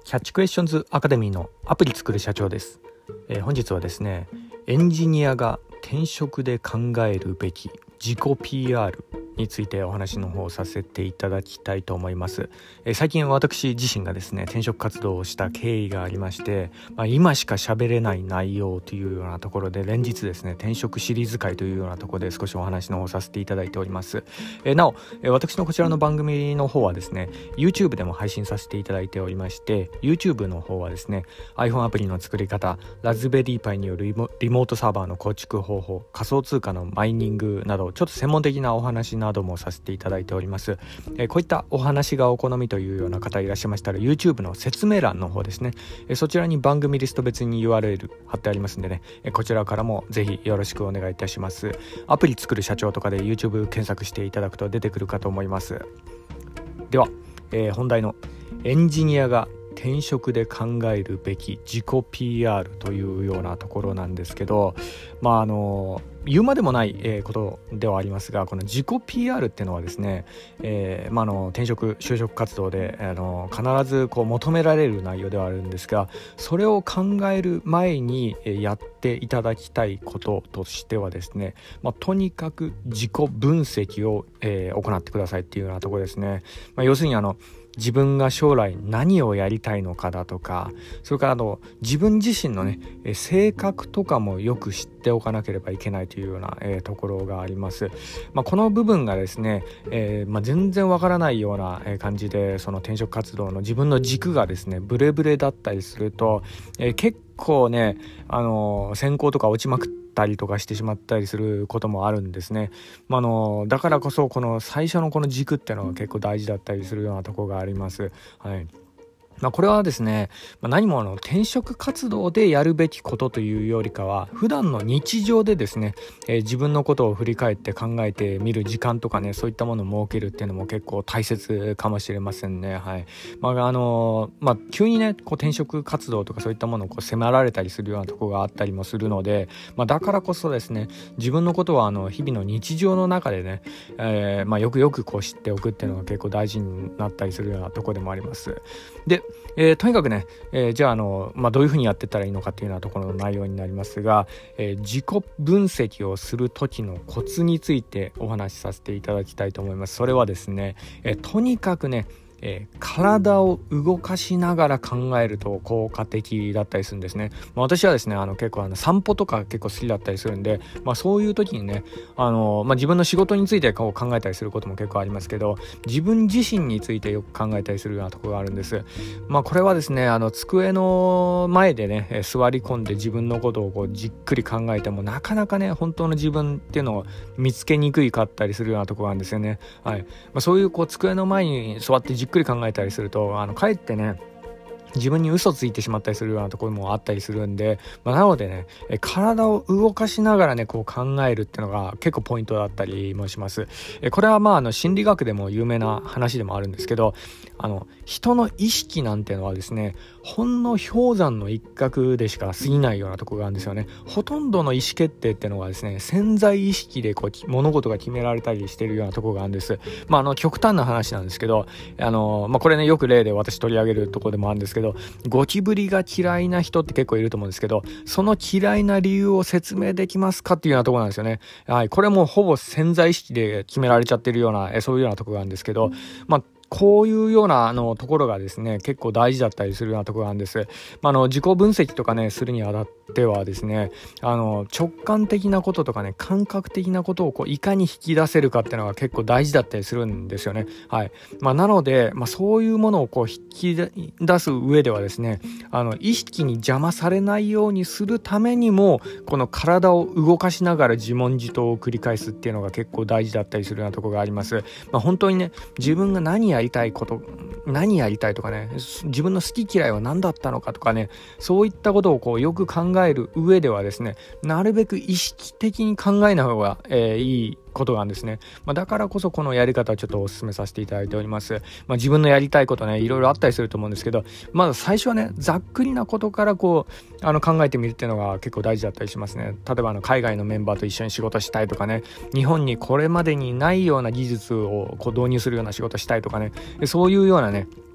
キャッチクエスチョンズアカデミーのアプリ作る社長です。本日はですね、エンジニアが転職で考えるべき自己 PR についてお話の方をさせていただきたいと思います。最近私自身がですね、転職活動をした経緯がありまして、今しか喋れない内容というようなところで連日ですね、転職シリーズ会というようなところで少しお話の方をさせていただいております。なお、私のこちらの番組の方はですね、YouTube でも配信させていただいておりまして、 YouTube の方はですね、 iPhone アプリの作り方、ラズベリーパイによるリモートサーバーの構築方法、仮想通貨のマイニングなどちょっと専門的なお話などもさせていただいております。こういったお話がお好みというような方いらっしゃいましたら、 YouTube の説明欄の方ですね、そちらに番組リスト別に URL 貼ってありますんでね、こちらからもぜひよろしくお願いいたします。アプリ作る社長とかで YouTube 検索していただくと出てくるかと思います。では、本題のエンジニアが転職で考えるべき自己 PR というようなところなんですけど、言うまでもない、ことではありますが、この自己 PR っていうのはですね、転職就職活動で必ず求められる内容ではあるんですが、それを考える前にやっていただきたいこととしてはですね、とにかく自己分析を、行ってくださいっていうようなところですね。要するに自分が将来何をやりたいのかだとか、それから自分自身のね、性格とかもよく知っておかなければいけないというような、ところがあります。この部分がですね、全然わからないような感じで、その転職活動の自分の軸がですねブレブレだったりすると、結構ね選考とか落ちまくったりとかしてしまったりすることもあるんですね。だからこそこの最初のこの軸っていうのが結構大事だったりするようなところがあります。はい。これはですね、何も転職活動でやるべきことというよりかは、普段の日常でですね、自分のことを振り返って考えてみる時間とかね、そういったものを設けるっていうのも結構大切かもしれませんね。はい。急にね転職活動とかそういったものを迫られたりするようなところがあったりもするので、だからこそですね、自分のことは日々の日常の中でね、よくよく知っておくっていうのが結構大事になったりするようなところでもあります。で、とにかくね、じゃあどういうふうにやってったらいいのかっていうようなところの内容になりますが、自己分析をする時のコツについてお話しさせていただきたいと思います。それはですね、とにかくね、体を動かしながら考えると効果的だったりするんですね。私はですね結構散歩とか結構好きだったりするんで、そういう時にね自分の仕事について考えたりすることも結構ありますけど、自分自身についてよく考えたりするようなところがあるんです。これはですね机の前でね座り込んで自分のことをじっくり考えてもなかなかね本当の自分っていうのを見つけにくいかったりするようなところがあるんですよね。はい。そういう机の前に座ってじっくり考えたりするとかえってね自分に嘘ついてしまったりするようなところもあったりするんで、なのでね体を動かしながらね考えるっていうのが結構ポイントだったりもします。これは心理学でも有名な話でもあるんですけど、人の意識なんていうのはですねほんの氷山の一角でしか過ぎないようなところがあるんですよね。ほとんどの意思決定っていうのはですね潜在意識で物事が決められたりしているようなところがあるんです。極端な話なんですけど、これねよく例で私取り上げるところでもあるんですけど、ゴキブリが嫌いな人って結構いると思うんですけど、その嫌いな理由を説明できますかっていうようなところなんですよね。はい。これもほぼ潜在意識で決められちゃってるようなそういうようなところがあるんですけど、こういうようなところがですね結構大事だったりするようなところがあるんです。自己分析とかねするにあたってはですね直感的なこととかね感覚的なことをいかに引き出せるかっていうのが結構大事だったりするんですよね。はい。なので、そういうものを引き出す上ではですね意識に邪魔されないようにするためにもこの体を動かしながら自問自答を繰り返すっていうのが結構大事だったりするようなところがあります。本当にね自分が何やりたいとかね、自分の好き嫌いは何だったのかとかね、そういったことをよく考える上ではですねなるべく意識的に考えない方が、いいことがあるんですね。だからこそこのやり方をちょっとお勧めさせていただいております。自分のやりたいことねいろいろあったりすると思うんですけど、まず最初はねざっくりなことから考えてみるっていうのが結構大事だったりしますね。例えば海外のメンバーと一緒に仕事したいとかね、日本にこれまでにないような技術を導入するような仕事したいとかね、そういうようなね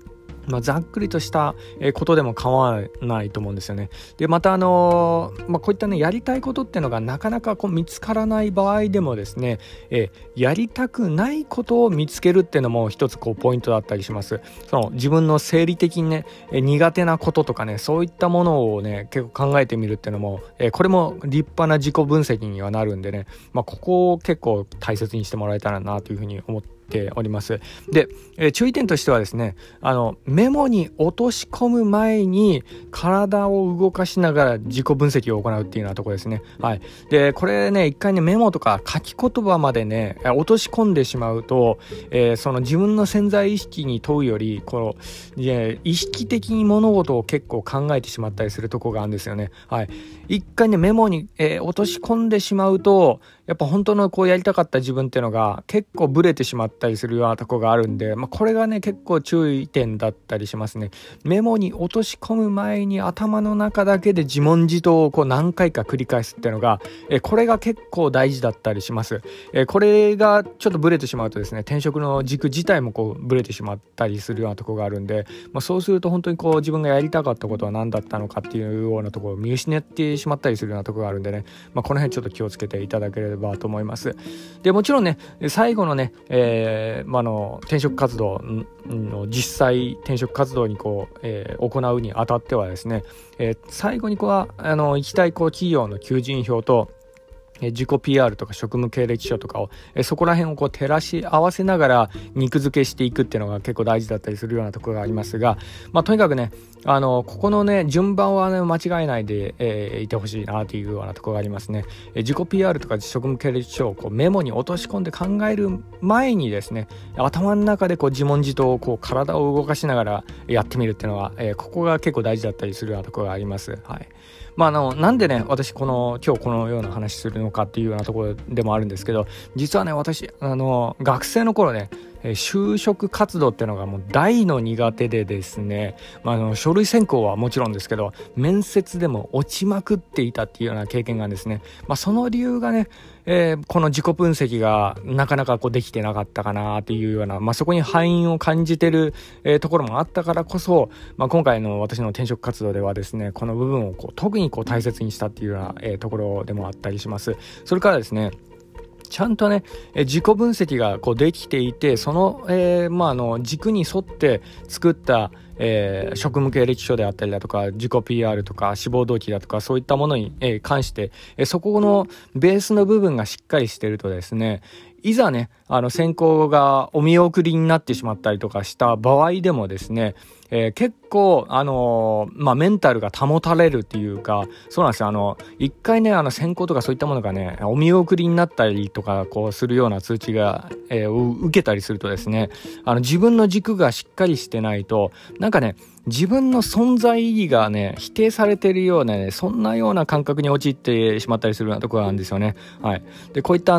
ざっくりとしたことでも構わないと思うんですよね。でまたこういったねやりたいことっていうのがなかなか見つからない場合でもですね、やりたくないことを見つけるっていうのも一つポイントだったりします。その自分の生理的にね苦手なこととかね、そういったものをね結構考えてみるっていうのも、これも立派な自己分析にはなるんでね、ここを結構大切にしてもらえたらなというふうに思っております。で、注意点としてはですね、メモに落とし込む前に体を動かしながら自己分析を行うっていうようなところですね。はい。でこれね、一回ねメモとか書き言葉までね落とし込んでしまうと、その自分の潜在意識に問うより意識的に物事を結構考えてしまったりするところがあるんですよね。はい。一回ねメモに、落とし込んでしまうと、やっぱ本当のやりたかった自分っていうのが結構ブレてしまったりするようなところがあるんで、これがね結構注意点だったりしますね。メモに落とし込む前に頭の中だけで自問自答を何回か繰り返すっていうのが、これが結構大事だったりします。これがちょっとブレてしまうとですね、転職の軸自体もブレてしまったりするようなところがあるんで、そうすると本当に自分がやりたかったことは何だったのかっていうようなところを見失ってしまったりするようなところがあるんでね、この辺ちょっと気をつけていただければと思います。でもちろんね最後のね、転職活動の実際転職活動に行うにあたってはですね、最後に行きたい企業の求人票と自己 PR とか職務経歴書とかをそこら辺を照らし合わせながら肉付けしていくっていうのが結構大事だったりするようなところがありますが、とにかくねここのね順番はね間違えないで、いてほしいなというようなところがありますね。自己 PR とか職務経歴書をメモに落とし込んで考える前にですね、頭の中で自問自答を体を動かしながらやってみるっていうのは、ここが結構大事だったりするようなところがあります。はい。なんでね私今日このような話するのかっていうようなところでもあるんですけど、実はね私学生の頃ね就職活動っていうのがもう大の苦手でですね、書類選考はもちろんですけど面接でも落ちまくっていたっていうような経験がですね、その理由がね、この自己分析がなかなかできてなかったかなっていうような、そこに敗因を感じてる、ところもあったからこそ、今回の私の転職活動ではですねこの部分を特に大切にしたっていうような、ところでもあったりします。それからですねちゃんとね自己分析ができていて、その、軸に沿って作った職務経歴書であったりだとか自己 PR とか志望動機だとかそういったものに、関して、そこのベースの部分がしっかりしてるとですね、いざね選考がお見送りになってしまったりとかした場合でもですね、結構メンタルが保たれるっていうか、そうなんですよ。一回ね選考とかそういったものがねお見送りになったりとかするような通知が、受けたりするとですね、自分の軸がしっかりしてないとなんかね自分の存在意義がね否定されているようなね、そんなような感覚に陥ってしまったりするようなところなんですよね。はい。でこういった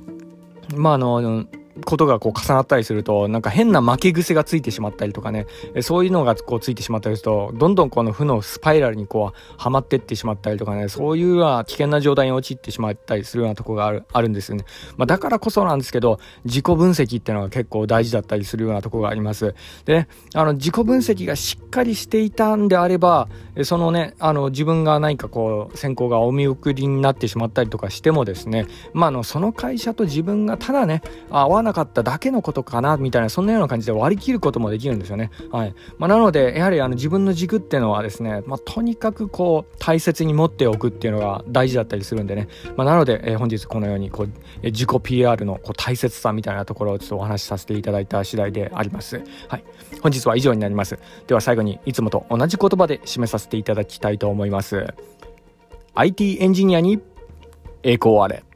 ことが重なったりするとなんか変な負け癖がついてしまったりとかね、そういうのがついてしまったりするとどんどん負のスパイラルにはまってってしまったりとかね、そういうような危険な状態に陥ってしまったりするようなところがあるんですよね。だからこそなんですけど自己分析っていうのが結構大事だったりするようなところがあります。で自己分析がしっかりしていたんであればそのね自分が何か選考がお見送りになってしまったりとかしてもですね、その会社と自分がただね合わなかっただけのことかなみたいな、そんなような感じで割り切ることもできるんですよね。はい。なのでやはり自分の軸っていうのはですね、とにかく大切に持っておくっていうのが大事だったりするんでね、なので、本日このように自己 PR の大切さみたいなところをちょっとお話しさせていただいた次第であります。はい。本日は以上になります。では最後にいつもと同じ言葉で締めさせていただきたいと思います。IT エンジニアに栄光あれ。